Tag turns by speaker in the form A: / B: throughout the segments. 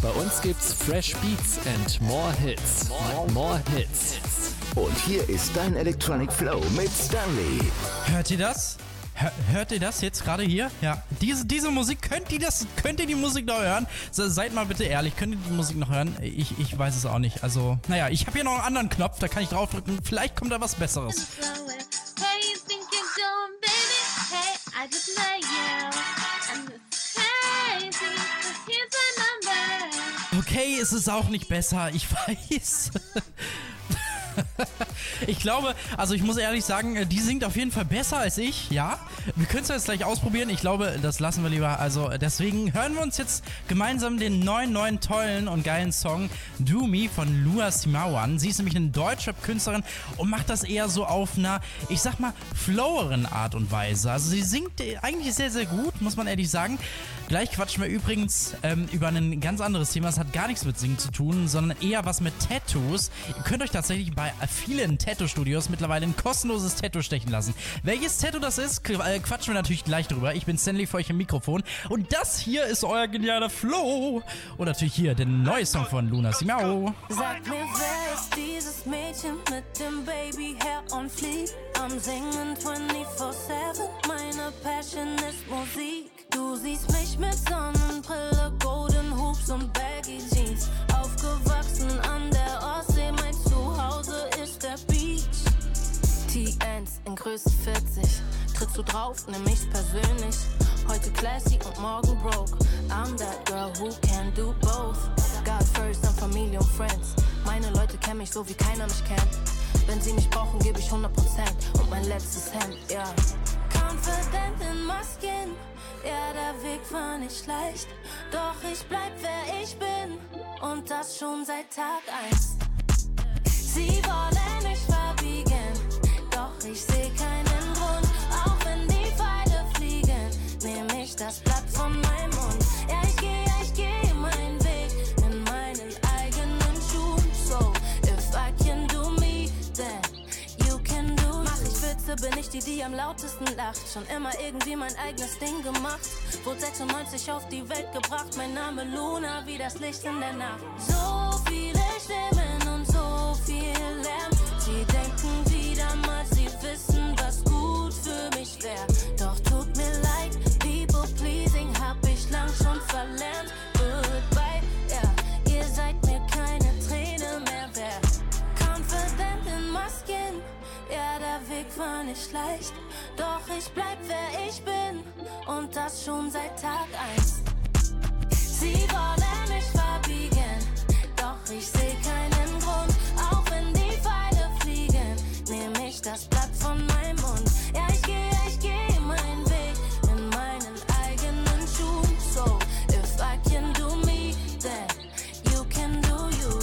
A: Bei uns gibt's Fresh Beats and more Hits. More Hits.
B: Und hier ist dein Electronic Flow mit Stanley.
C: Hört ihr das? Hört ihr das jetzt gerade hier? Ja, diese Musik, könnt ihr die Musik noch hören? Seid mal bitte ehrlich, könnt ihr die Musik noch hören? Ich weiß es auch nicht. Also, naja, ich habe hier noch einen anderen Knopf, da kann ich draufdrücken. Vielleicht kommt da was Besseres. Okay, es ist auch nicht besser, ich weiß. Ich glaube, also ich muss ehrlich sagen, die singt auf jeden Fall besser als ich, ja. Wir können es jetzt gleich ausprobieren, ich glaube, das lassen wir lieber. Also deswegen hören wir uns jetzt gemeinsam den neuen, tollen und geilen Song Do Me von Lua Simao an. Sie ist nämlich eine Deutschrap-Künstlerin und macht das eher so auf einer, ich sag mal, floweren Art und Weise. Also sie singt eigentlich sehr, sehr gut, muss man ehrlich sagen. Gleich quatschen wir übrigens über ein ganz anderes Thema. Es hat gar nichts mit Singen zu tun, sondern eher was mit Tattoos. Ihr könnt euch tatsächlich bei vielen Tattoo-Studios mittlerweile ein kostenloses Tattoo stechen lassen. Welches Tattoo das ist, quatschen wir natürlich gleich drüber. Ich bin Stanley für euch im Mikrofon und das hier ist euer genialer Flow. Und natürlich hier der neue Song von Lua Simao.
D: Sag mir, wer ist dieses Mädchen mit dem Babyhair on fleek? Am Singen 24/7, meine Passion ist Musik. Du siehst mich mit Sonnenbrille, Golden Hoops und Baggy Jeans. Aufgewachsen an der Ostsee, mein Zuhause ist der Beach. T-Ends in Größe 40, trittst du drauf, nimm ich's persönlich. Heute classy und morgen broke. I'm that girl who can do both. God first, dann Familie und Friends. Meine Leute kennen mich so, wie keiner mich kennt. Wenn sie mich brauchen, gebe ich 100% und mein letztes Hemd, ja. Yeah. Confident in my skin. Ja, der Weg war nicht leicht, doch ich bleib wer ich bin und das schon seit Tag 1. Sie wollen mich verbiegen, doch ich seh keinen Grund. Auch wenn die Pfeile fliegen, nehm ich das Blatt von meinem Mund. Ja, ich geh meinen Weg in meinen eigenen Schuhen. So, if I can do me, then you can do. Mach ich Witze, bin ich die am lautesten lacht. Schon immer irgendwie mein eigenes Ding gemacht. Wurde 96 auf die Welt gebracht. Mein Name Luna, wie das Licht in der Nacht. So viele Stimmen und so viel Lärm. Sie denken wie damals, sie wissen, was gut für mich wär. Doch tut mir leid, people pleasing hab ich lang schon verlernt. Goodbye, ja, yeah. Ihr seid mir keine Träne mehr wert. Confident in my skin. Ja, der Weg war nicht leicht, doch ich bleib wer ich bin und das schon seit Tag 1. Sie wollen mich verbiegen, doch ich seh keinen Grund. Auch wenn die Pfeile fliegen, nehm ich das Blatt von meinem Mund. Ja, ich geh meinen Weg in meinen eigenen Schuhen. So, if I can do me, then you can do you.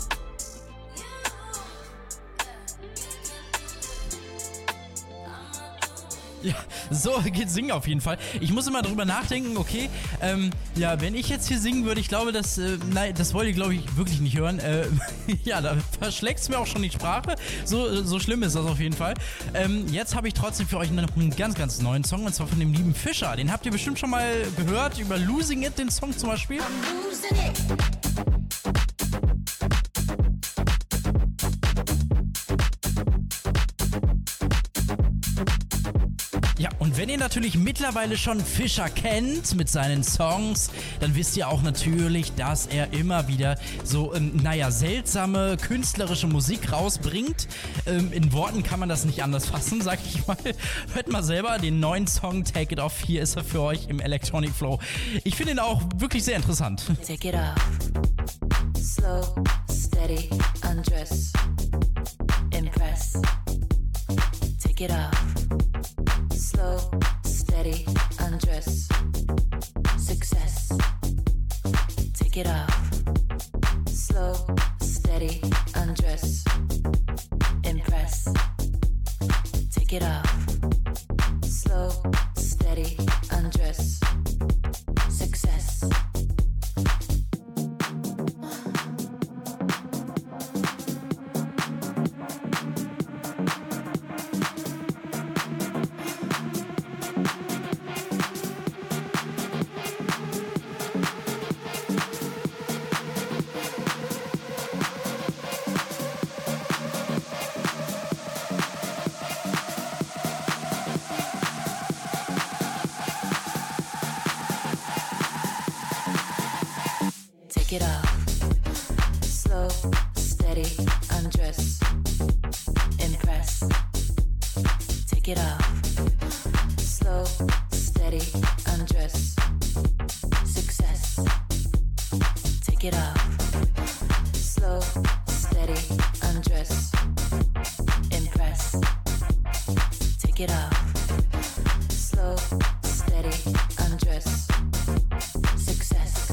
C: Ja, so geht Singen auf jeden Fall. Ich muss immer drüber nachdenken, okay, ja, wenn ich jetzt hier singen würde, ich glaube, nein, das wollt ihr, glaube ich, wirklich nicht hören. Ja, da verschlägt es mir auch schon die Sprache. So schlimm ist das auf jeden Fall. Jetzt habe ich trotzdem für euch noch einen ganz neuen Song, und zwar von dem lieben Fischer. Den habt ihr bestimmt schon mal gehört, über Losing It, den Song zum Beispiel.
D: I'm losing it.
C: Ja, und wenn ihr natürlich mittlerweile schon Fischer kennt mit seinen Songs, dann wisst ihr auch natürlich, dass er immer wieder so, seltsame künstlerische Musik rausbringt. In Worten kann man das nicht anders fassen, sag ich mal. Hört mal selber den neuen Song Take It Off. Hier ist er für euch im Electronic Flow. Ich finde ihn auch wirklich sehr interessant.
D: Take it off. Slow, steady, undress. Impress. Take it off. Slow, steady, undress. Success. Take it off. Slow, steady, undress. Impress. Take it off. Slow, steady, undress. Success. Take it off. Slow, steady, undress. Impress. Take it off. Slow, steady, undress. Success. Take it off. Slow, steady, undress. Impress. Take it off. Slow, steady, undress. Success.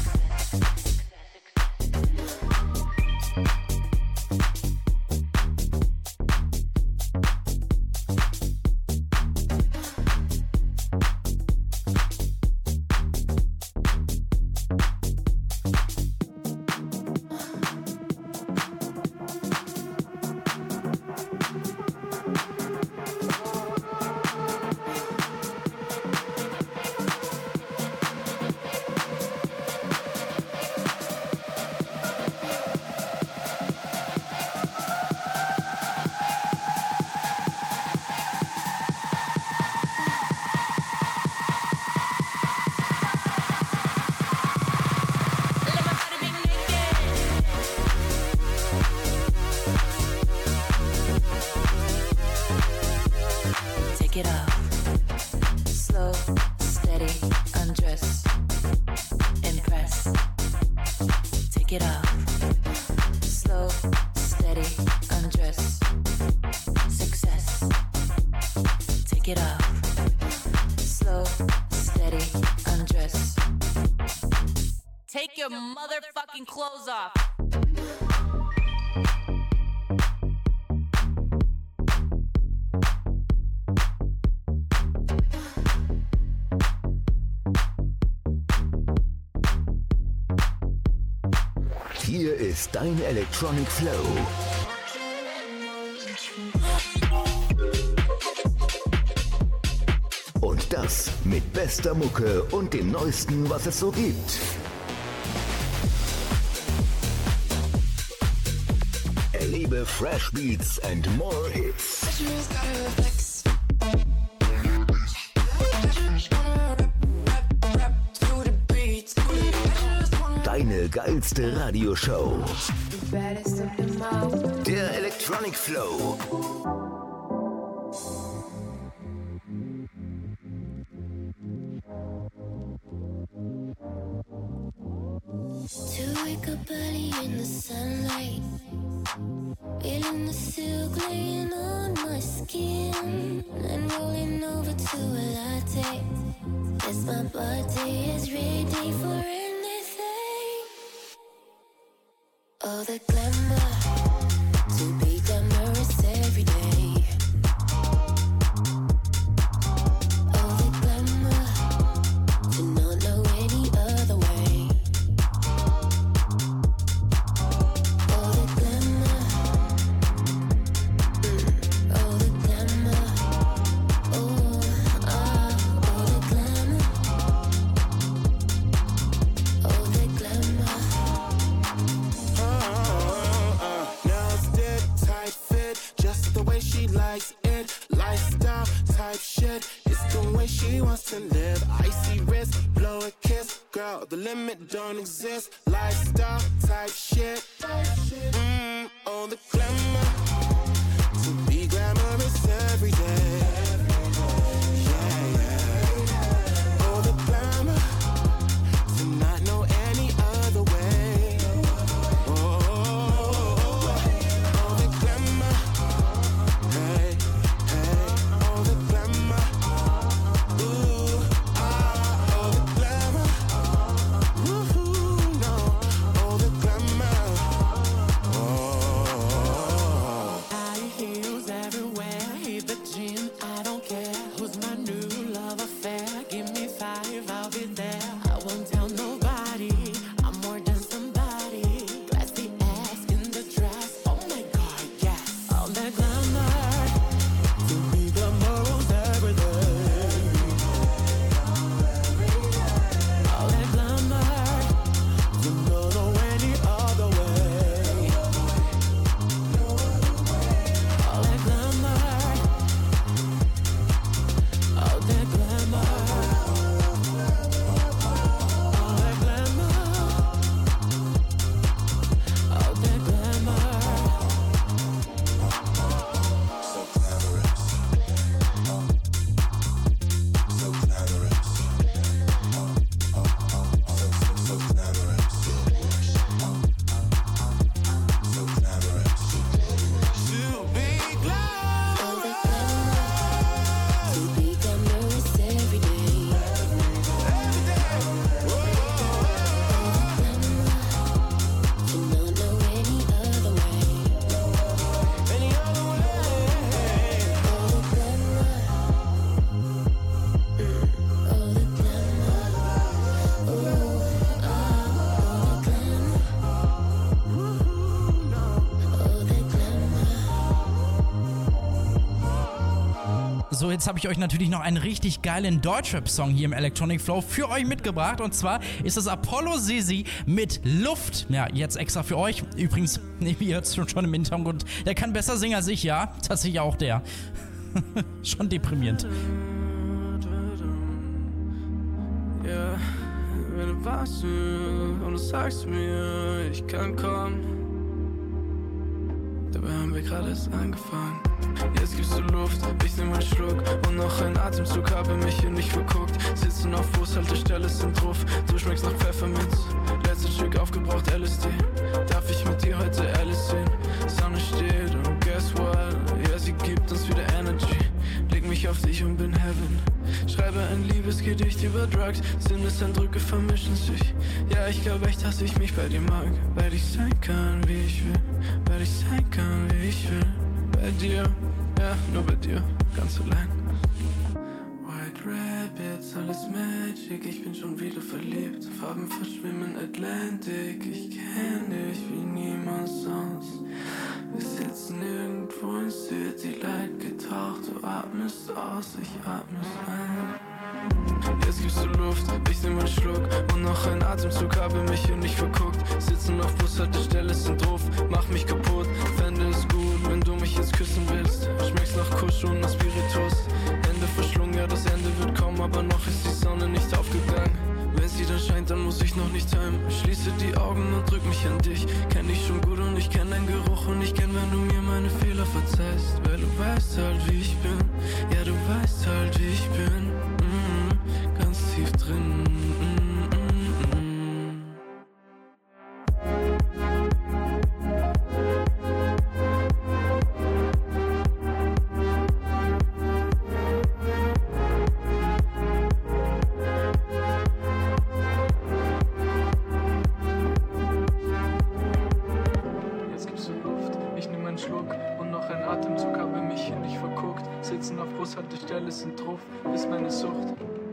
D: Take it off. Slow, steady, undress. Impress. Take it off. Slow, steady, undress. Success. Take it off. Slow, steady, undress.
E: Take your motherfucking clothes off.
B: Hier ist dein Electronic Flow. Und das mit bester Mucke und dem Neuesten, was es so gibt. Erlebe Fresh Beats and more Hits. Deine geilste Radioshow. Der Electronic Flow.
D: To wake up early in the sunlight, feeling the silk laying on my skin, and rolling over to a latte. Guess my body is ready for anything. All the glamour, to be glamorous every day. All the glamour, to not know any other way. All the glamour, all the glamour, all the glamour, all the glamour.
F: Nails did, tight fit, just the way she likes it. Lifestyle type shit, it's the way she wants to live. Icy wrist, blow a kiss, girl, the limit don't exist. Lifestyle type shit, all the glamour, to be glamorous every day. Yeah, yeah. All the glamour, to not know any other way. All the glamour, hey, hey, all the glamour, ooh, all the glamour, woohoo, no, all the glamour,
C: So, jetzt habe ich euch natürlich noch einen richtig geilen Deutschrap-Song hier im Electronic Flow für euch mitgebracht. Und zwar ist es Apollo Sisi mit Luft. Ja, jetzt extra für euch. Übrigens, ihr hört es schon im Hintergrund, der kann besser singen als ich, ja. Tatsächlich auch der. Schon deprimierend.
F: Ja, wenn du warst und du sagst mir, ich kann kommen. Dabei haben wir gerade erst angefangen. Jetzt gibst du Luft, ich nehm einen Schluck und noch einen Atemzug, habe mich hier nicht verguckt. Sitzen auf Bushaltestelle, sind drauf, du schmeckst nach Pfefferminz. Letztes Stück aufgebraucht LSD, darf ich mit dir heute alles sehen? Sonne steht und guess what? Ja, sie gibt uns wieder Energy. Leg mich auf dich und bin Heaven. Schreibe ein Liebesgedicht über Drugs, Sinneseindrücke vermischen sich. Ja, ich glaube echt, dass ich mich bei dir mag, weil ich sein kann, wie ich will. Weil ich sein kann, wie ich will. Bei dir, ja, nur bei dir, ganz allein. White Rabbits, alles Magic, ich bin schon wieder verliebt. Farben verschwimmen Atlantic, ich kenn dich wie niemand sonst. Wir sitzen irgendwo in City Light getaucht, du atmest aus, ich atme ein. Jetzt gibst du Luft, ich nehm einen Schluck und noch einen Atemzug, habe mich hier nicht verguckt. Sitzen auf Bushaltestelle, sind doof, mach mich kaputt. Fände es gut, wenn du mich jetzt küssen willst. Schmeckst nach Kusch und nach Spiritus. Hände verschlungen, ja das Ende wird kommen, aber noch ist die Sonne nicht aufgegangen. Wenn sie dann scheint, dann muss ich noch nicht heim. Schließe die Augen und drück mich an dich. Kenn dich schon gut und ich kenn deinen Geruch und ich kenn, wenn du mir meine Fehler verzeihst. Weil du weißt halt, wie ich bin. Ja, du weißt halt, wie ich bin. Ganz tief drin. Jetzt gibst du Luft, ich nehm einen Schluck und noch einen Atemzug, habe mich hier nicht verguckt. Sitzen auf Bushaltestelle, sind drauf, ist meine Sucht.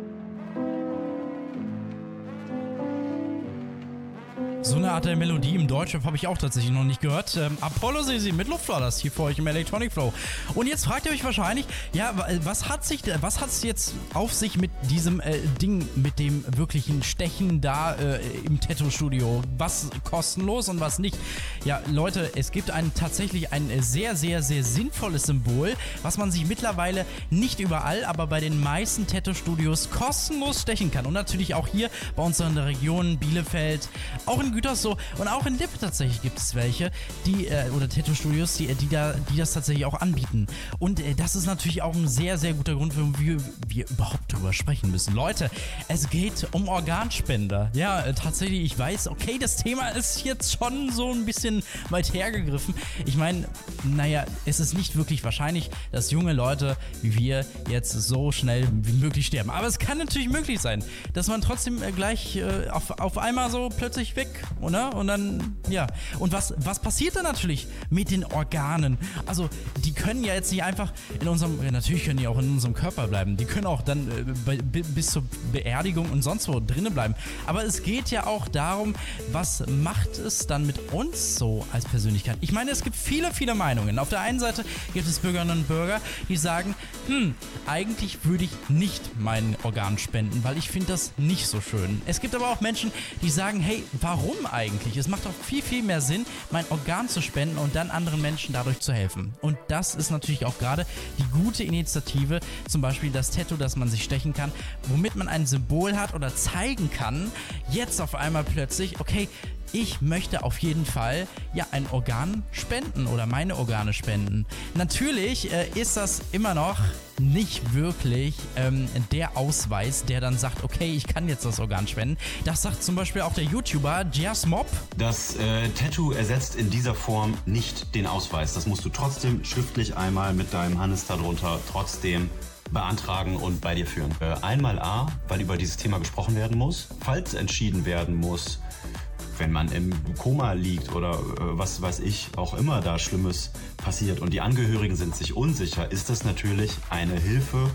C: So eine Art der Melodie im Deutschrap habe ich auch tatsächlich noch nicht gehört. Apollo Sisi mit Luft war das hier für euch im Electronic Flow. Und jetzt fragt ihr euch wahrscheinlich, ja, was hat's jetzt auf sich mit diesem Ding, mit dem wirklichen Stechen da im Tattoo-Studio? Was kostenlos und was nicht? Ja, Leute, es gibt tatsächlich ein sehr, sehr, sehr sinnvolles Symbol, was man sich mittlerweile nicht überall, aber bei den meisten Tattoo-Studios kostenlos stechen kann. Und natürlich auch hier bei uns in der Region Bielefeld, auch in Gütersloh und auch in Lippe tatsächlich gibt es welche, oder Tattoo-Studios, die das tatsächlich auch anbieten. Und das ist natürlich auch ein sehr, sehr guter Grund, warum wir überhaupt drüber sprechen müssen. Leute, es geht um Organspender. Ja, tatsächlich, ich weiß, okay, das Thema ist jetzt schon so ein bisschen weit hergegriffen. Ich meine, naja, es ist nicht wirklich wahrscheinlich, dass junge Leute wie wir jetzt so schnell wie möglich sterben. Aber es kann natürlich möglich sein, dass man trotzdem gleich auf einmal so plötzlich weg, oder? Und dann, ja. Und was passiert dann natürlich mit den Organen? Also, die können ja jetzt nicht einfach natürlich können die auch in unserem Körper bleiben. Die können auch dann bis zur Beerdigung und sonst wo drinnen bleiben. Aber es geht ja auch darum, was macht es dann mit uns so als Persönlichkeit? Ich meine, es gibt viele, viele Meinungen. Auf der einen Seite gibt es Bürgerinnen und Bürger, die sagen, eigentlich würde ich nicht meinen Organ spenden, weil ich finde das nicht so schön. Es gibt aber auch Menschen, die sagen, hey, warum eigentlich? Es macht doch viel, viel mehr Sinn, mein Organ zu spenden und dann anderen Menschen dadurch zu helfen. Und das ist natürlich auch gerade die gute Initiative, zum Beispiel das Tattoo, das man sich stechen kann, womit man ein Symbol hat oder zeigen kann, jetzt auf einmal plötzlich, okay, ich möchte auf jeden Fall ein Organ spenden oder meine Organe spenden. Natürlich ist das immer noch nicht wirklich der Ausweis, der dann sagt, okay, ich kann jetzt das Organ spenden. Das sagt zum Beispiel auch der YouTuber Jasmob.
G: Das Tattoo ersetzt in dieser Form nicht den Ausweis. Das musst du trotzdem schriftlich einmal mit deinem Hannes darunter trotzdem beantragen und bei dir führen. Einmal weil über dieses Thema gesprochen werden muss. Falls entschieden werden muss, wenn man im Koma liegt oder was weiß ich, auch immer da Schlimmes passiert und die Angehörigen sind sich unsicher, ist das natürlich eine Hilfe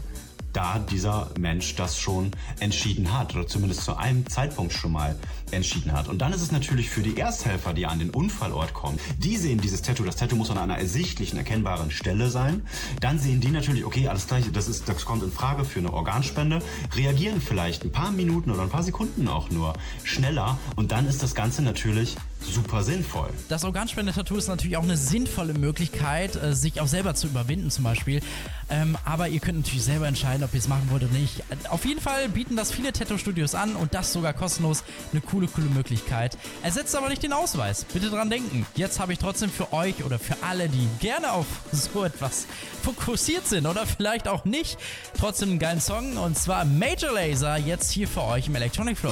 G: da dieser Mensch das schon entschieden hat oder zumindest zu einem Zeitpunkt schon mal entschieden hat. Und dann ist es natürlich für die Ersthelfer, die an den Unfallort kommen, die sehen dieses Tattoo. Das Tattoo muss an einer ersichtlichen, erkennbaren Stelle sein. Dann sehen die natürlich, okay, alles gleich, das kommt in Frage für eine Organspende, reagieren vielleicht ein paar Minuten oder ein paar Sekunden auch nur schneller und dann ist das Ganze natürlich super sinnvoll.
C: Das Organspende-Tattoo ist natürlich auch eine sinnvolle Möglichkeit, sich auch selber zu überwinden zum Beispiel. Aber ihr könnt natürlich selber entscheiden, ob ihr es machen wollt oder nicht. Auf jeden Fall bieten das viele Tattoo-Studios an und das sogar kostenlos. Eine coole Möglichkeit. Ersetzt aber nicht den Ausweis. Bitte dran denken. Jetzt habe ich trotzdem für euch oder für alle, die gerne auf so etwas fokussiert sind oder vielleicht auch nicht, trotzdem einen geilen Song. Und zwar Major Lazer, jetzt hier für euch im Electronic Flow.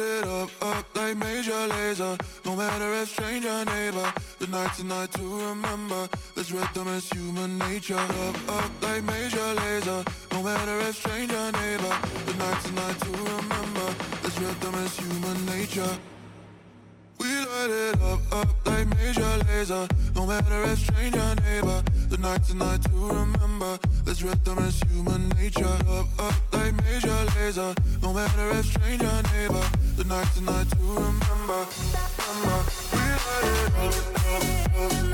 F: Matter if stranger neighbor, the night tonight to remember. This rhythm is human nature. Up like Major Lazer. No matter if stranger neighbor, the night tonight to remember. This rhythm is human nature. We light it up like Major Lazer. No matter if stranger neighbor, the night tonight to remember. This rhythm is human nature. Up like Major Lazer. No matter if stranger neighbor, the night tonight to remember. We light it up.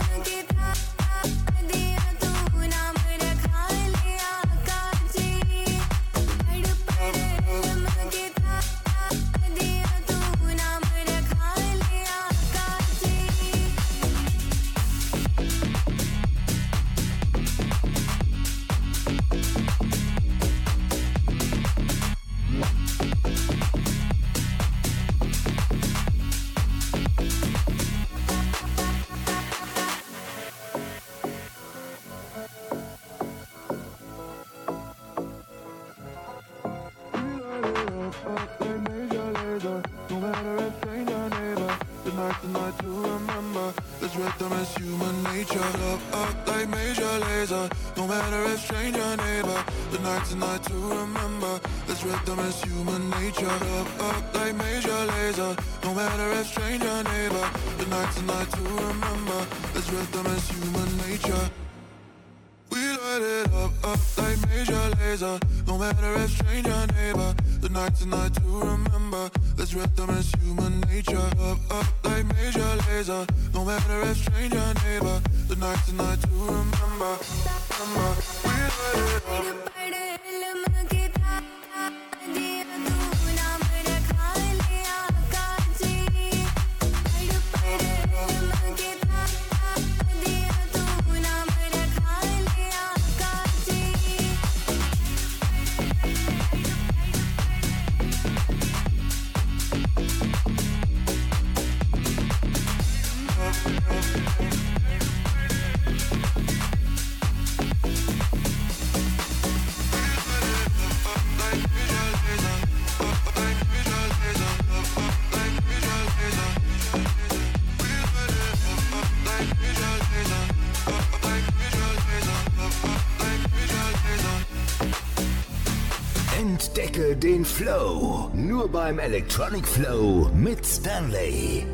B: Entdecke den Flow. Nur beim Electronic Flow mit Stanley.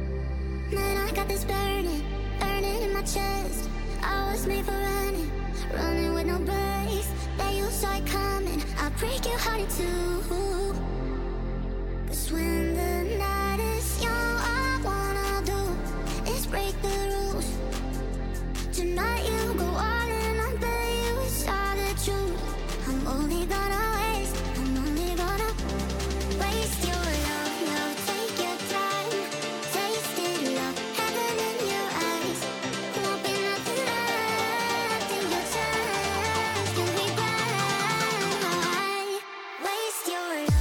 H: Man, I got this burning in my chest. I was made for running with no brakes. That you saw it coming, I break your heart in two. 'Cause when the night is young, all I wanna do is break the rules. Tonight you go all in, I bet you it's all the truth. I'm only gonna waste your love, take your time. Taste it, love, heaven in your eyes. Won't be nothing left in your chest. You'll be right. Waste your love.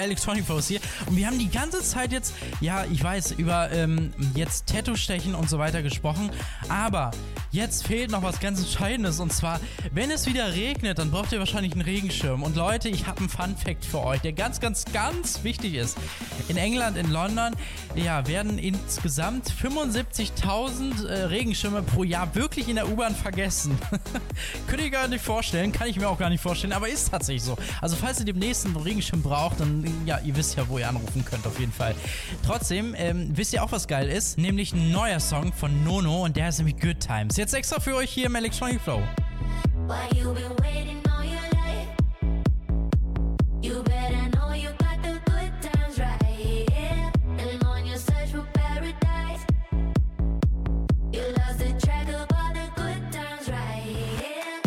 C: Electronic Flow hier. Und wir haben die ganze Zeit jetzt, ja, ich weiß, über jetzt Tattoo-Stechen und so weiter gesprochen. Aber jetzt fehlt noch was ganz Entscheidendes. Und zwar, wenn es wieder regnet, dann braucht ihr wahrscheinlich einen Regenschirm. Und Leute, ich habe einen Fun-Fact für euch, der ganz, ganz, ganz wichtig ist. In England, in London, ja, werden insgesamt 75.000 Regenschirme pro Jahr wirklich in der U-Bahn vergessen. Könnt ihr gar nicht vorstellen, kann ich mir auch gar nicht vorstellen, aber ist tatsächlich so. Also falls ihr demnächst einen Regenschirm braucht, dann, ja, ihr wisst ja, wo ihr anrufen könnt, auf jeden Fall. Trotzdem, wisst ihr auch, was geil ist? Nämlich ein neuer Song von Nono und der ist nämlich Good Times. Jetzt extra für euch hier im Electronic Flow.
H: Why you been waiting all your life? You better know you got the good times right here. And on your search for paradise, you lost the track of all the good times right here.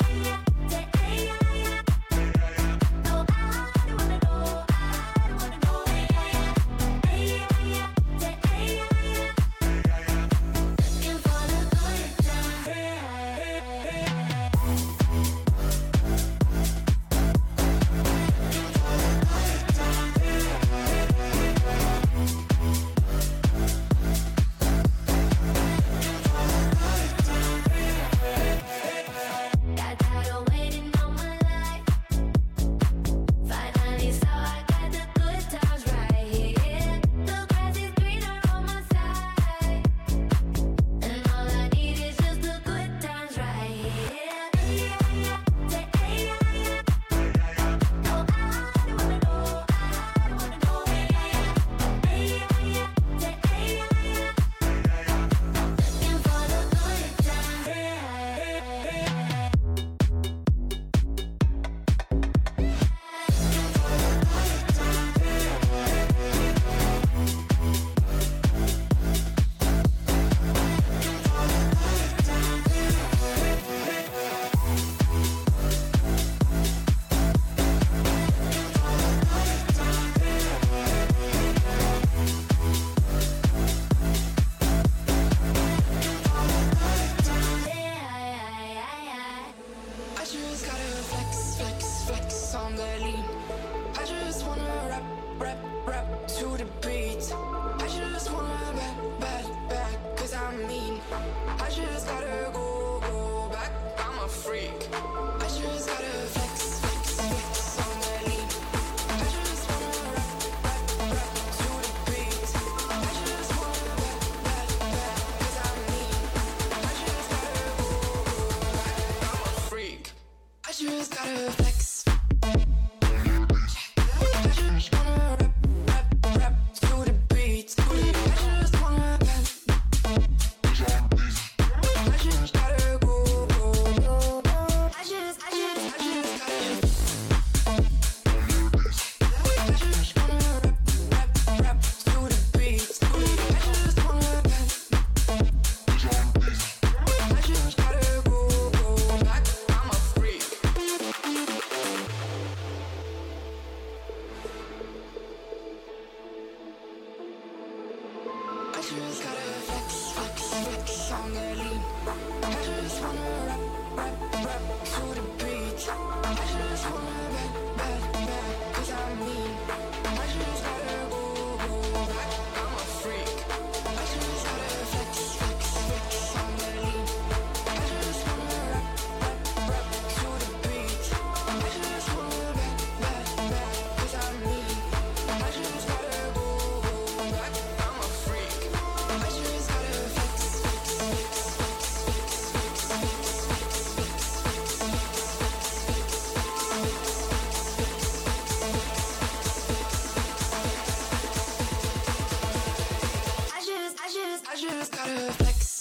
H: No, I don't wanna know, I don't wanna know. Looking for the good times. Got tired of waiting all my life. Finally saw I got the good times right here. The grass is greener on my side, and all I need is just the good times right here. No, I don't wanna know, I don't wanna know. Looking for the good times.
F: I just gotta flex, flex, flex on the lean. I just wanna rap, rap, rap to the beat. I just wanna back, cause I'm mean. I just gotta go back, I'm a freak. I just gotta flex, flex, flex on the lean. I just wanna rap to the beat. I just wanna back, cause I'm mean. I just gotta go back, I'm a freak. I just gotta flex. I just wanna rap to the beat. I just wanna I just gotta go. I just gotta. I just wanna rap to the beat. I just wanna I just gotta go back. I'm a freak. I just gotta flex, flex, flex on the lean. I just wanna rap to the beat. I just wanna back, cause I'm mean. I just gotta go back, I'm a freak. I just gotta flex, flex, flex on the lean. I just wanna rap to the beat. I just wanna back, cause I'm mean. I just gotta go back, I'm a freak. I just gotta flex, flex, I just gotta flex.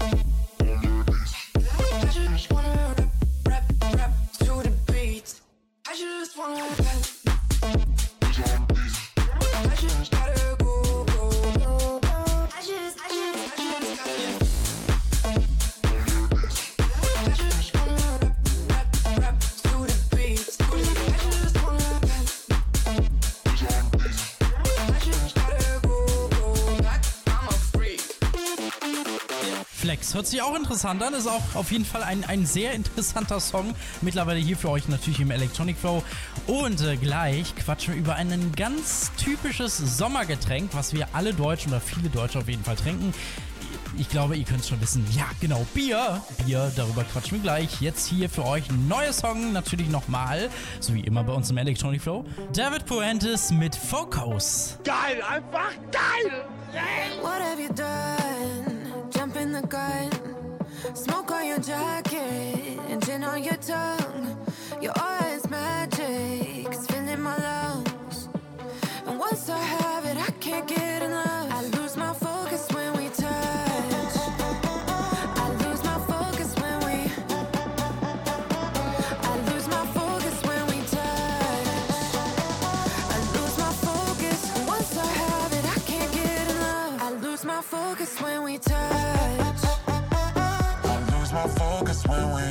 F: I just wanna rap to the beat. I just wanna I just gotta go. I just gotta. I just wanna rap to the beat. I just wanna I just gotta go back. I'm a freak.
C: X. Hört sich auch interessant an, ist auch auf jeden Fall ein sehr interessanter Song. Mittlerweile hier für euch natürlich im Electronic Flow. Und gleich quatschen wir über ein ganz typisches Sommergetränk, was wir alle Deutschen oder viele Deutsche auf jeden Fall trinken. Ich glaube, ihr könnt es schon wissen. Ja, genau, Bier. Bier, darüber quatschen wir gleich. Jetzt hier für euch ein neuer Song, natürlich nochmal, so wie immer bei uns im Electronic Flow. David Puentes mit Focus.
I: Geil, einfach geil!
J: What have you done? Jump in the gun. Smoke on your jacket and gin on your tongue. Your aura is magic, it's filling my lungs. And once I have it, I can't get enough. I lose my focus when we touch. I lose my focus when we. I lose my focus when we touch. I lose my focus. And once I have it, I can't get enough. I lose my focus when we touch.
F: I lose my focus when we.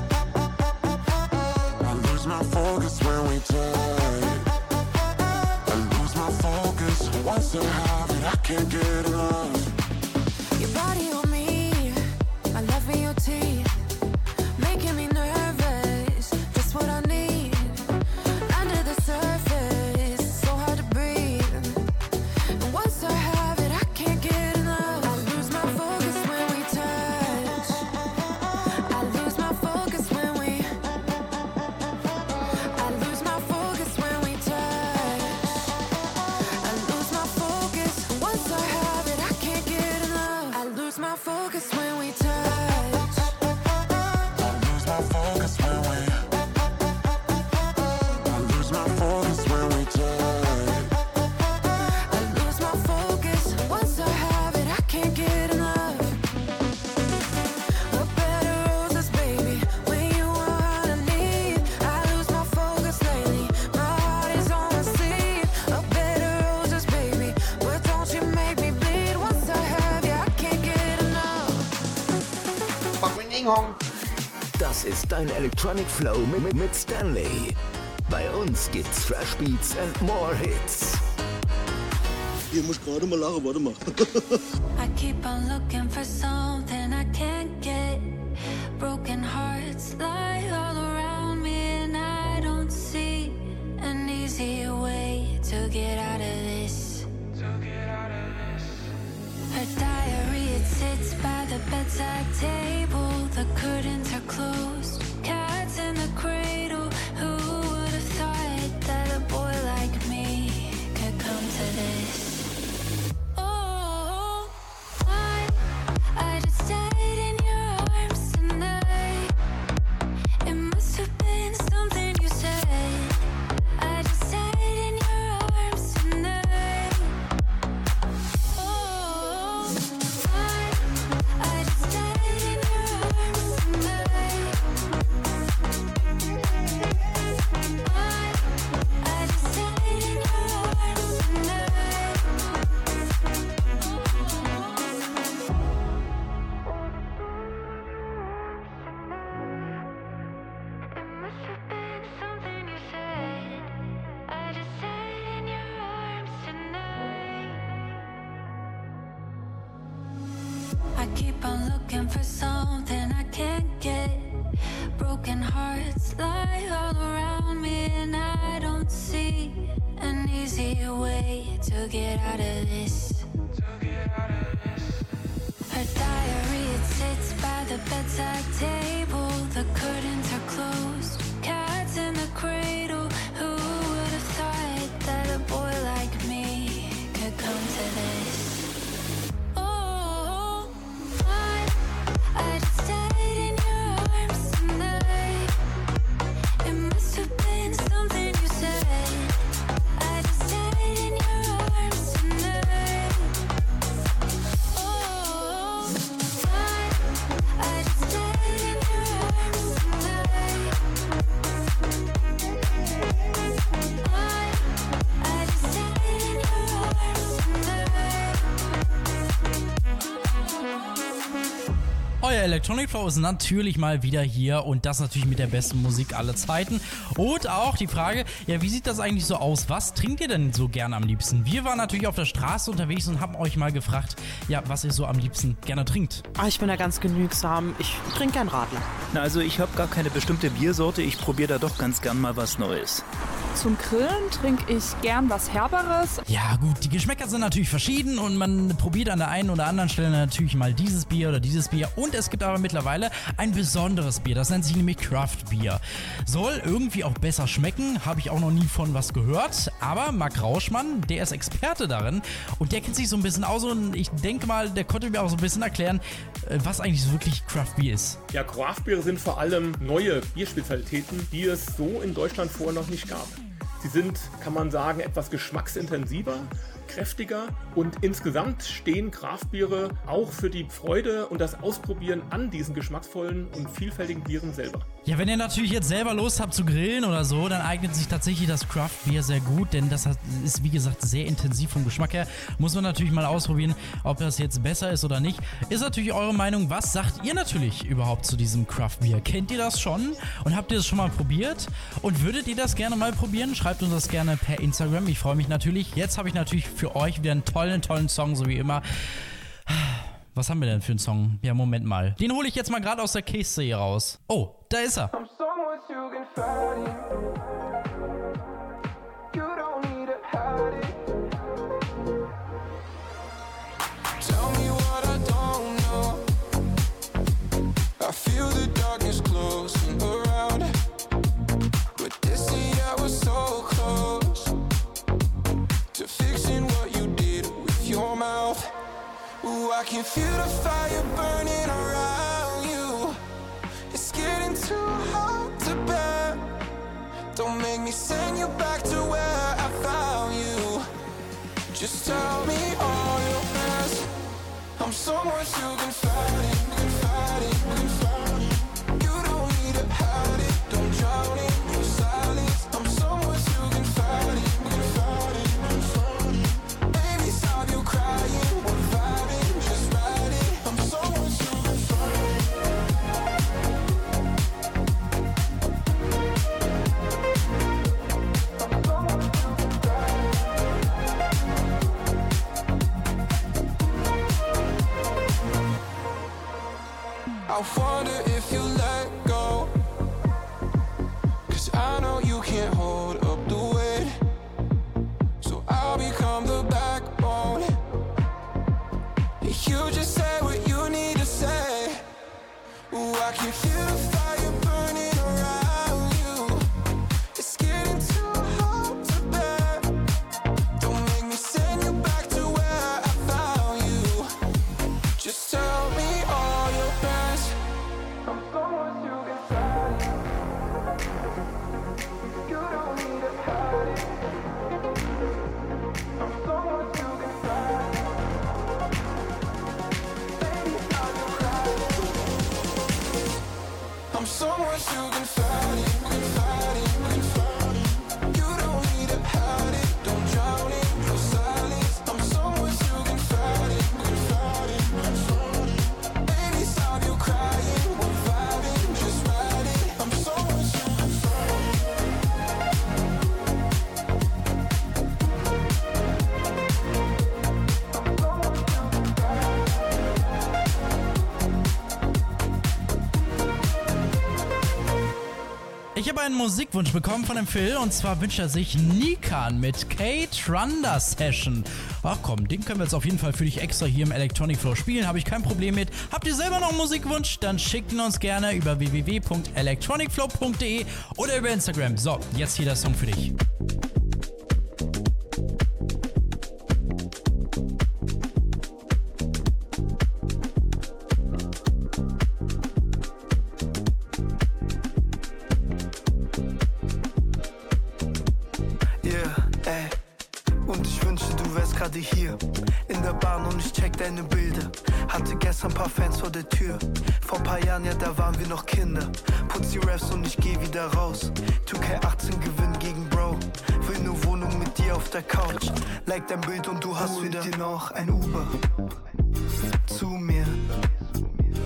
F: I lose my focus when we touch. I lose my focus. Once I have it, I can't get enough.
J: Your body on me, my love in your teeth, making me nervous, just what I need. Under the surface, it's so hard to breathe. And once I have it, I can't get enough. I lose my focus when we touch. I lose my focus when we. I lose my focus when we touch. I lose my focus. And once I have it, I can't get enough. I lose my focus when we touch.
F: I lose my focus when we. I lose my focus when we touch.
J: I lose my focus. Once I have it, I can't get enough. A bed of roses, baby, when you are underneath. I lose my focus lately. My heart is on the sleeve. A bed of roses, baby, but don't you make me bleed. Once I have you, I can't get enough.
B: Das ist dein Electronic Flow mit Stanley. Bei uns gibt's Fresh Beats and more Hits.
I: Hier muss gerade mal lachen, warte mal.
D: I keep on looking for something I can't get. Broken hearts lie all around me, and I don't see an easy way to get out of this. Her diary, it sits by the bedside table. The curtains are closed, cats in the cradle. Who would have thought that a boy like me could come to this? Oh, I just stayed in your arms tonight. It must have been something you said. I just stayed in your arms tonight. Oh, I just stayed in your arms tonight. I just stayed in your arms tonight. It must have been something you said. I just stayed in your arms tonight. I keep on looking for something I can't get. Broken hearts lie all around me, and I don't see an easy way to get out of this. Her diary, it sits by the bedside table. The curtains are closed, cats in the cradle. Who would have thought that a boy like me could come to this? Oh, I just stayed in your arms tonight. It must have been something you said. I just stayed in your arms tonight. Oh, I just stayed in your arms tonight.
C: euer Electronic Flow ist natürlich mal wieder hier und das natürlich mit der besten Musik aller Zeiten. Und auch die Frage, ja, wie sieht das eigentlich so aus? Was trinkt ihr denn so gerne am liebsten? Wir waren natürlich auf der Straße unterwegs und haben euch mal gefragt, ja, was ihr so am liebsten gerne trinkt.
K: Ich bin da ganz genügsam. Ich trinke gern Radler.
L: Na, also ich habe gar keine bestimmte Biersorte. Ich probiere da doch ganz gern mal was Neues.
M: Zum Grillen trinke ich gern was Herberes.
C: Ja gut, die Geschmäcker sind natürlich verschieden und man probiert an der einen oder anderen Stelle natürlich mal dieses Bier oder dieses Bier. Und es gibt aber mittlerweile ein besonderes Bier, das nennt sich nämlich Craft Beer. Soll irgendwie auch besser schmecken, habe ich auch noch nie von was gehört. Aber Marc Rauschmann, der ist Experte darin und der kennt sich so ein bisschen aus und ich denke mal, der konnte mir auch so ein bisschen erklären, was eigentlich so wirklich Craft Beer ist.
N: Ja, Craft Beer sind vor allem neue Bierspezialitäten, die es so in Deutschland vorher noch nicht gab. Sie sind, kann man sagen, etwas geschmacksintensiver, kräftiger und insgesamt stehen Craft-Biere auch für die Freude und das Ausprobieren an diesen geschmacksvollen und vielfältigen Bieren selber.
C: Ja, wenn ihr natürlich jetzt selber Lust habt zu grillen oder so, dann eignet sich tatsächlich das Craft-Bier sehr gut, denn das ist, wie gesagt, sehr intensiv vom Geschmack her. Muss man natürlich mal ausprobieren, ob das jetzt besser ist oder nicht. Ist natürlich eure Meinung. Was sagt ihr natürlich überhaupt zu diesem Craft-Bier? Kennt ihr das schon und habt ihr das schon mal probiert? Und würdet ihr das gerne mal probieren? Schreibt uns das gerne per Instagram. Ich freue mich natürlich. Jetzt habe ich natürlich für euch wieder einen tollen Song, so wie immer. Was haben wir denn für einen Song? Ja, Moment mal. Den hole ich jetzt mal gerade aus der Kiste hier raus. Oh, da ist er.
F: I can feel the fire burning around you. It's getting too hot to bear. Don't make me send you back to where I found you. Just tell me all your best. I'm someone you can fight it, You don't need to hide it, don't drown in your silence. I'm someone you can fight it, Baby, stop you crying, we're vibing. I wonder if you let go, 'cause I know you can't hold up the weight. So I'll become the backbone. You just say what you need to say. Ooh, I can feel the fire burning around you. It's getting too hot to bear. Don't make me send you back to where I found you. Just tell me all your best. I'm someone you can find. You don't need to hide it. I'm someone you can find. Baby, stop you crying. I'm someone you can find it, You don't need to hide it. Don't drown in your silence. I'm someone you can find it, Baby, stop you crying. We're vibing, just ride it. I'm someone you can find it.
C: Ich habe einen Musikwunsch bekommen von dem Phil und zwar wünscht er sich Nikan mit K-Trunder Session. Ach komm, den können wir jetzt auf jeden Fall für dich extra hier im Electronic Flow spielen, habe ich kein Problem mit. Habt ihr selber noch einen Musikwunsch? Dann schickt ihn uns gerne über www.electronicflow.de oder über Instagram. So, jetzt hier der Song für dich.
O: Hier in der Bahn und ich check deine Bilder. Hatte gestern ein paar Fans vor der Tür. Vor ein paar Jahren, ja, da waren wir noch Kinder. Putz die Raps und ich geh wieder raus. 2K18 gewinn gegen Bro. Will nur Wohnung mit dir auf der Couch. Like dein Bild und du hast wieder dir noch ein Uber zu mir. Denn ohne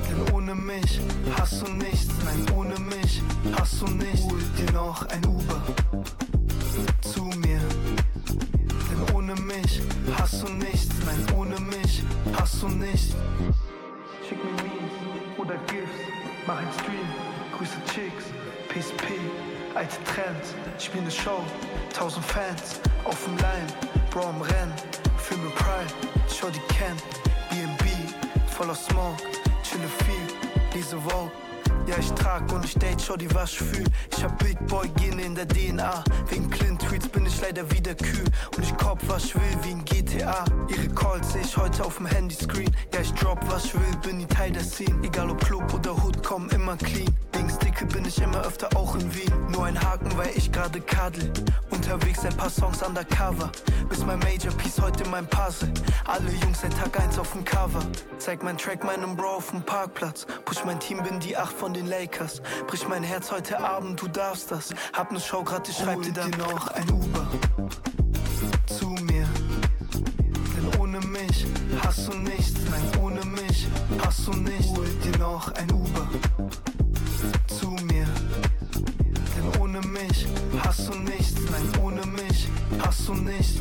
O: ohne mich hast du nichts, nein, ohne mich hast du nichts. Hol dir noch ein Uber zu mir, denn ohne mich hast du nichts, nein, ohne mich hast du nichts. Schick mir Memes oder GIFs, mach ein Stream, grüße Chicks, PSP, alte Trends, spiel ne Show, 1000 Fans, auf dem Line, Bro am Rennen, Filme Prime, schau die kennt, B&B, voller Smoke, chille viel, lese Vogue. Ja, ich trag und ich date, schau die was ich fühl. Ich hab Big Boy Gene in der DNA. Wegen Clint-Tweets bin ich leider wieder kühl. Und ich cop was ich will, wie in GTA. Ihre Calls seh ich heute auf dem Handyscreen. Ja, ich drop was ich will, bin die Teil der Scene. Egal ob Club oder Hood, komm immer clean. Wegen Sticky bin ich immer öfter auch in Wien. Nur ein Haken, weil ich gerade kadel. Unterwegs ein paar Songs undercover. Bis mein Major Piece heute mein Puzzle. Alle Jungs seit Tag 1 auf dem Cover. Zeig mein Track meinem Bro auf dem Parkplatz. Push mein Team, bin die 8 von den Lakers. Brich mein Herz heute Abend, du darfst das. Hab ne Show grad, ich schreib dir dann noch ein Uber zu mir. Denn ohne mich hast du nichts, nein, ohne mich hast du nichts. Hol dir noch ein Uber zu mir. Denn ohne mich hast du nichts, nein, ohne mich hast du nichts.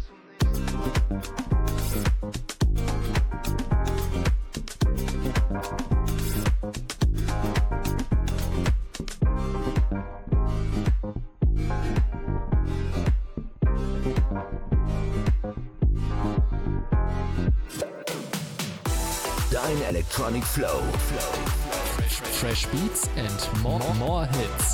B: Dein Electronic Flow.
A: Fresh beats and more hits.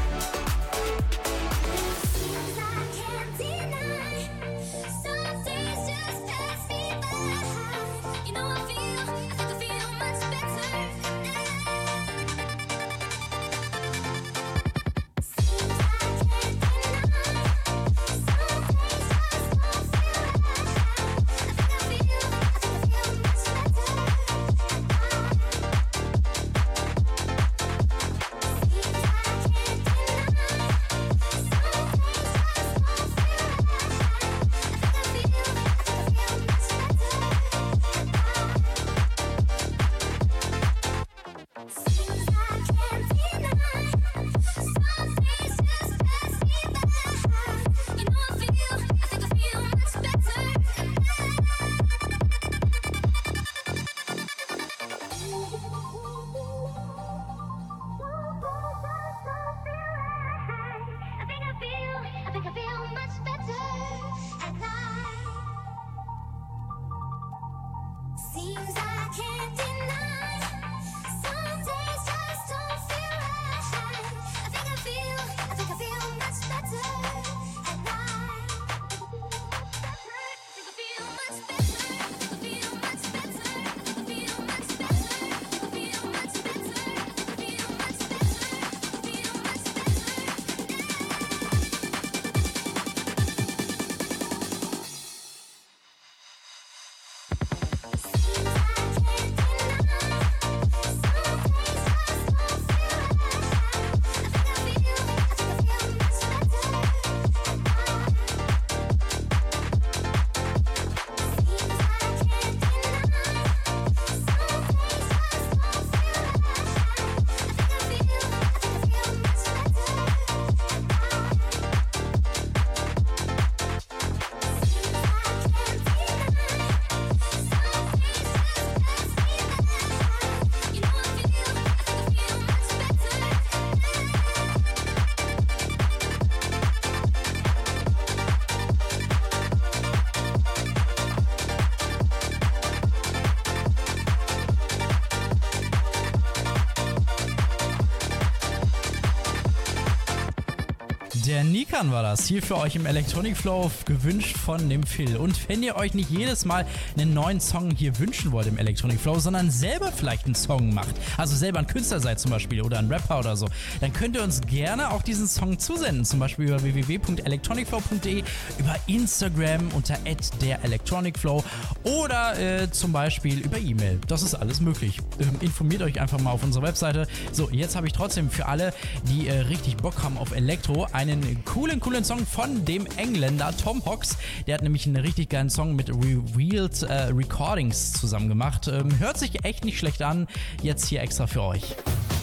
C: Der Nikan war das, hier für euch im Electronic Flow, gewünscht von dem Phil. Und wenn ihr euch nicht jedes Mal einen neuen Song hier wünschen wollt im Electronic Flow, sondern selber vielleicht einen Song macht, also selber ein Künstler seid zum Beispiel oder ein Rapper oder so, dann könnt ihr uns gerne auch diesen Song zusenden, zum Beispiel über www.electronicflow.de, über Instagram unter @derelectronicflow oder zum Beispiel über E-Mail. Das ist alles möglich. Informiert euch einfach mal auf unserer Webseite. So, jetzt habe ich trotzdem für alle, die richtig Bock haben auf Elektro, einen einen coolen Song von dem Engländer Tom Hawks. Der hat nämlich einen richtig geilen Song mit Revealed Recordings zusammen gemacht. Hört sich echt nicht schlecht an. Jetzt hier extra für euch.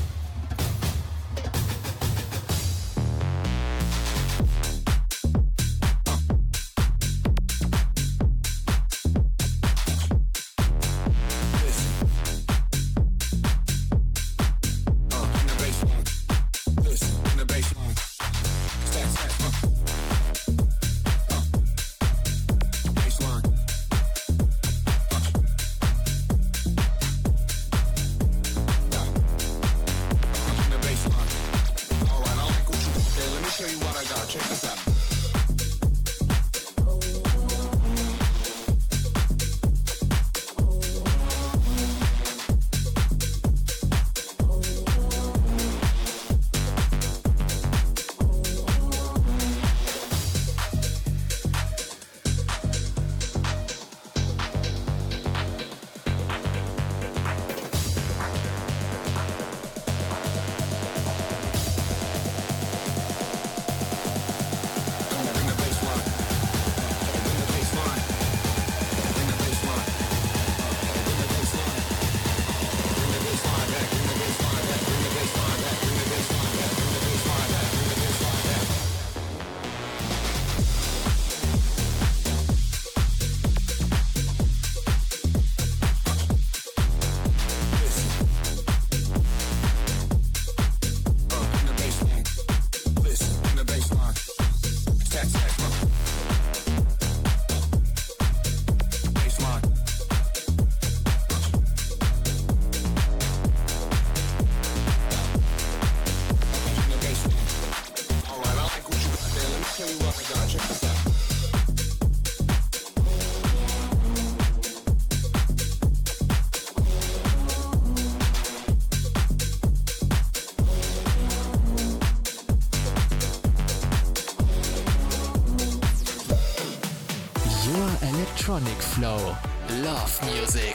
A: Electronic Flow. Love Music.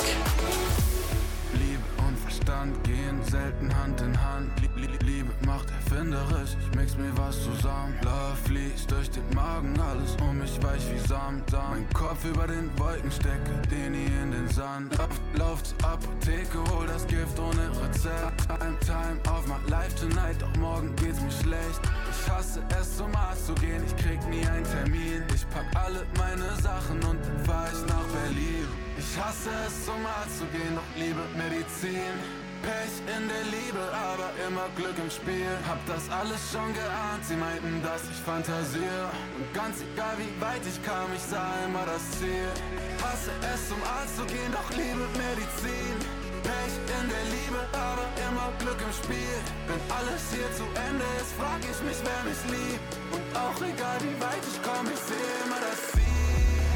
P: Liebe und Verstand gehen selten Hand in Hand. Liebe macht erfinderisch, ich mix mir was zusammen. Love fließt durch den Magen, alles um mich weich wie Samt. Mein Kopf über den Wolken stecke, den hier in den Sand. Lauf zur Apotheke, hol das Gift ohne Rezept. Time auf my life tonight, doch morgen geht's mir schlecht. Ich hasse es, zum Arzt zu gehen, ich krieg nie einen Termin. Ich pack alle meine Sachen und dann fahr ich nach Berlin. Ich hasse es, zum Arzt zu gehen, doch liebe Medizin. Pech in der Liebe, aber immer Glück im Spiel. Hab das alles schon geahnt, sie meinten, dass ich fantasiere. Und ganz egal wie weit ich kam, ich sah immer das Ziel. Hasse es, zum Arzt zu gehen, doch liebe Medizin. Pech in der Liebe, aber immer Glück im Spiel. Wenn alles hier zu Ende ist, frag ich mich, wer mich liebt. Und auch egal wie weit ich komm, ich sehe immer das Ziel.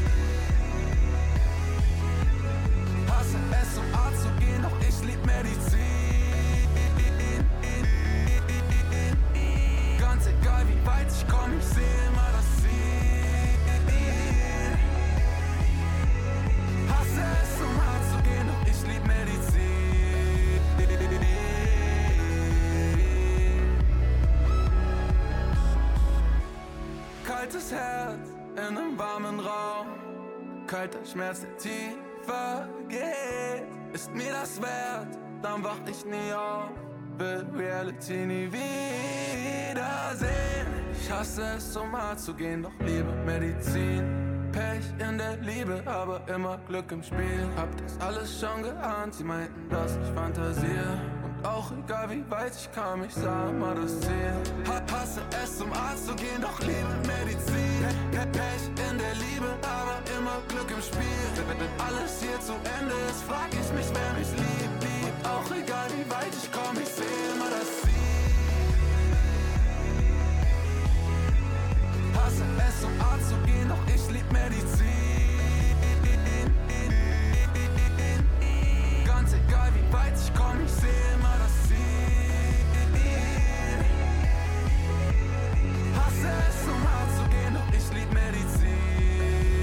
P: Hasse es, zum Arzt zu gehen, doch ich lieb Medizin. Ganz egal wie weit ich komm, ich sehe immer das Ziel. Hasse es, zum Arzt zu gehen, doch ich lieb Medizin. Kaltes Herz in einem warmen Raum, kalter Schmerz, der tiefer geht. Ist mir das wert, dann wach ich nie auf, will Reality nie wiedersehen. Ich hasse es, zum Arzt zu gehen, doch liebe Medizin. Pech in der Liebe, aber immer Glück im Spiel. Hab das alles schon geahnt, sie meinten, dass ich fantasiere. Und auch egal wie weit ich kam, ich sah immer das Ziel. Hasse es, zum Arzt zu gehen, doch liebe Medizin. Pech in der Liebe, aber immer Glück im Spiel. Wenn alles hier zu Ende ist, frag ich mich, wer mich liebt. Und auch egal wie weit ich komm, ich seh immer das Ziel. Hasse es, zum Arzt zu gehen, doch ich lieb Medizin. Ganz egal wie weit ich komm, ich seh immer das Ziel. Hasse es, zum Arzt zu gehen, doch ich lieb Medizin.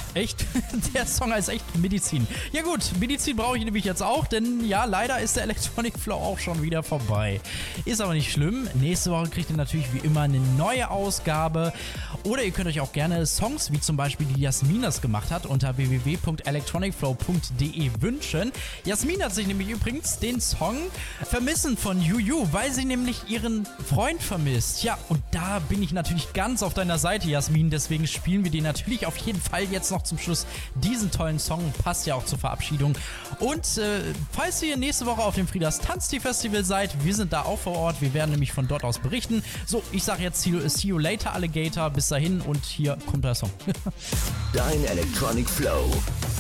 C: Echt? Der Song ist echt Medizin. Ja gut, Medizin brauche ich nämlich jetzt auch, denn ja, leider ist der Electronic Flow auch schon wieder vorbei. Ist aber nicht schlimm. Nächste Woche kriegt ihr natürlich wie immer eine neue Ausgabe. Oder ihr könnt euch auch gerne Songs, wie zum Beispiel die Jasmin das gemacht hat, unter www.electronicflow.de wünschen. Jasmin hat sich nämlich übrigens den Song Vermissen von Juju, weil sie nämlich ihren Freund vermisst. Ja, und da bin ich natürlich ganz auf deiner Seite, Jasmin. Deswegen spielen wir dir natürlich auf jeden Fall jetzt noch zum Schluss diesen tollen Song. Passt ja auch zur Verabschiedung. Und falls ihr nächste Woche auf dem Frieders Tanztee-Festival seid, wir sind da auch vor Ort. Wir werden nämlich von dort aus berichten. So, ich sage jetzt see you later, Alligator. Bis dahin und hier kommt der Song.
B: Dein Electronic Flow.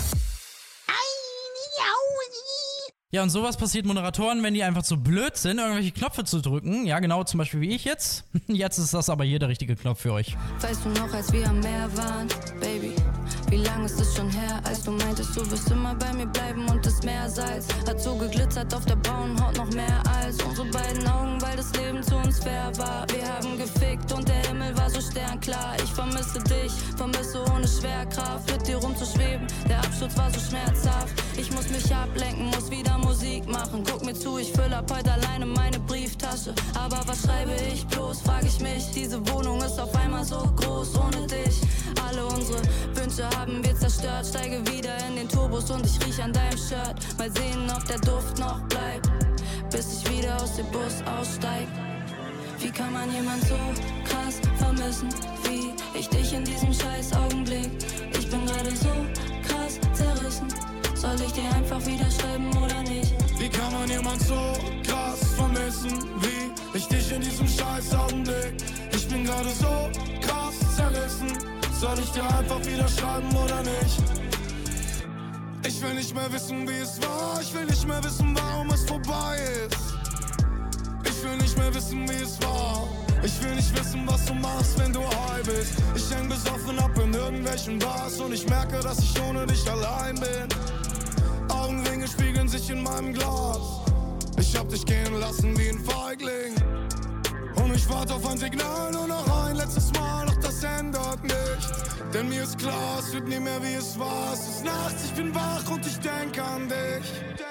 C: Ja, und sowas passiert Moderatoren, wenn die einfach zu blöd sind, irgendwelche Knöpfe zu drücken. Ja, genau, zum Beispiel wie ich jetzt. Jetzt ist das aber hier der richtige Knopf für euch.
J: Weißt du noch, als wir am Meer waren, Baby? Wie lange ist es schon her, als du meintest, du wirst immer bei mir bleiben und das Meersalz hat so geglitzert auf der braunen Haut noch mehr als unsere beiden Augen, weil das Leben zu uns fair war. Wir haben gefickt und der Himmel war so sternklar. Ich vermisse dich, vermisse ohne Schwerkraft, mit dir rumzuschweben. Der Absturz war so schmerzhaft. Ich muss mich ablenken, muss wieder Musik machen. Guck mir zu, ich fülle ab heute alleine meine Brieftasche. Aber was schreibe ich bloß, frag ich mich. Diese Wohnung ist auf einmal so groß ohne dich. Alle unsere Wünsche haben wir zerstört. Steige wieder in den Turbos und ich riech an deinem Shirt. Mal sehen, ob der Duft noch bleibt, bis ich wieder aus dem Bus aussteig. Wie kann man jemand so krass vermissen, wie ich dich in diesem scheiß Augenblick? Ich bin gerade so krass zerrissen. Soll ich dir einfach wieder schreiben oder nicht?
F: Wie kann man jemand so krass vermissen, wie ich dich in diesem scheiß Augenblick? Ich bin gerade so krass zerrissen. Soll ich dir einfach wieder schreiben oder nicht? Ich will nicht mehr wissen, wie es war. Ich will nicht mehr wissen, warum es vorbei ist. Ich will nicht mehr wissen, wie es war. Ich will nicht wissen, was du machst, wenn du high bist. Ich häng besoffen ab in irgendwelchen Bars und ich merke, dass ich ohne dich allein bin. Augenringe spiegeln sich in meinem Glas. Ich hab dich gehen lassen wie ein Feigling. Und ich warte auf ein Signal, nur noch ein letztes Mal, doch das ändert nichts. Denn mir ist klar, es wird nie mehr wie es war. Es ist nachts, ich bin wach und ich denk an dich.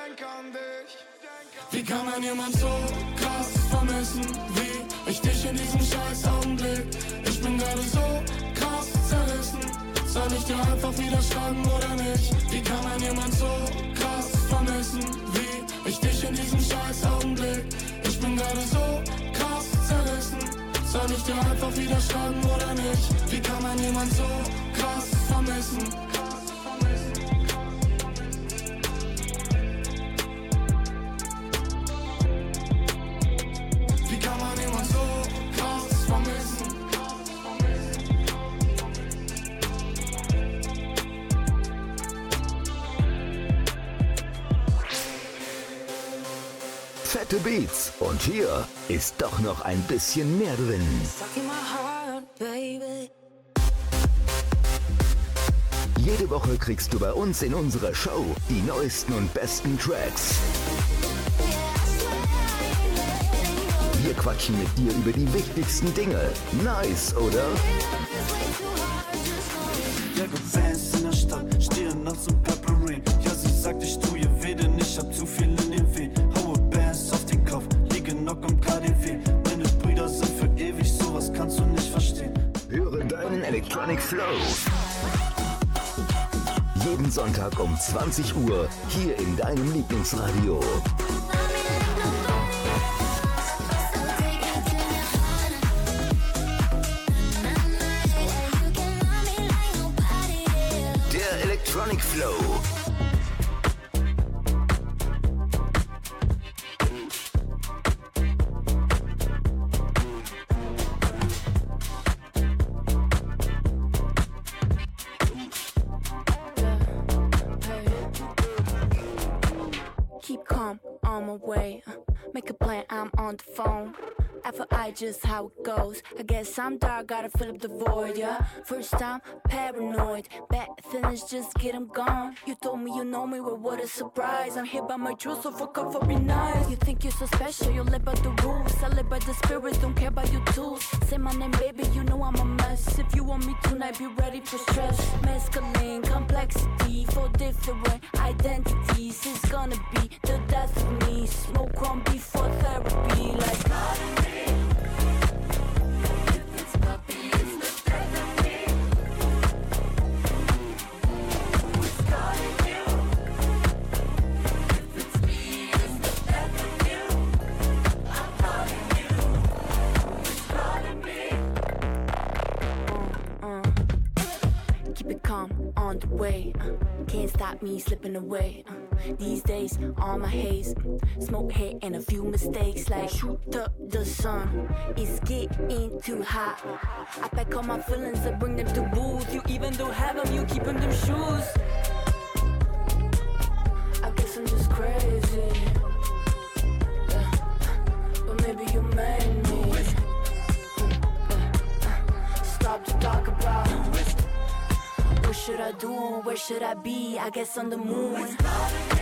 F: Wie kann man jemand so krass vermissen, wie ich dich in diesem scheiß Augenblick? Ich bin gerade so krass zerrissen. Soll ich dir einfach wieder schreiben oder nicht? Wie kann man jemand so krass vermissen, wie ich dich in diesem scheiß Augenblick? Ich bin gerade so krass zerrissen. Soll ich dir einfach wieder schreiben oder nicht? Wie kann man jemand so krass vermissen? Wie kann man jemand so krass vermissen?
B: Fette Beats. Und hier ist doch noch ein bisschen mehr drin. Jede Woche kriegst du bei uns in unserer Show die neuesten und besten Tracks. Wir quatschen mit dir über die wichtigsten Dinge. Nice, oder?
Q: Fans in der Stadt stehen nach so Purple Rain. Ja, sie sagt, ich tu ihr weh, denn ich hab zu viel in den Wehen. Haue Bands auf den Kopf, liege noch am KDW. Meine Brüder sind für ewig, sowas kannst du nicht verstehen.
B: Höre deinen Electronic Flow. Jeden Sonntag um 20 Uhr hier in deinem Lieblingsradio. Der Electronic Flow.
R: Keep calm, on my way. Make a plan, I'm on the phone.
D: I feel I just how it goes. I guess I'm dark, gotta fill up the void, yeah. First time, paranoid. Bad things just get them gone. You told me you know me, well, what a surprise. I'm here by my truth, so fuck up for be nice. You think you're so special, you live by the rules. I live by the spirits, don't care about your tools. Say my name, baby, you know I'm a mess. If you want me tonight, be ready for stress. Mescaline, complexity, for different identities. It's gonna be the death of me. Smoke on before therapy, like on the way, can't stop me slipping away. These days, all my haze, smoke hate and a few mistakes. Like shoot up the sun, it's getting too hot. I pack all my feelings and bring them to booth. You even don't have them, you keep in them shoes. I guess I'm just crazy, yeah. But maybe you made me. Stop to talk about what should I do? Where should I be? I guess on the moon.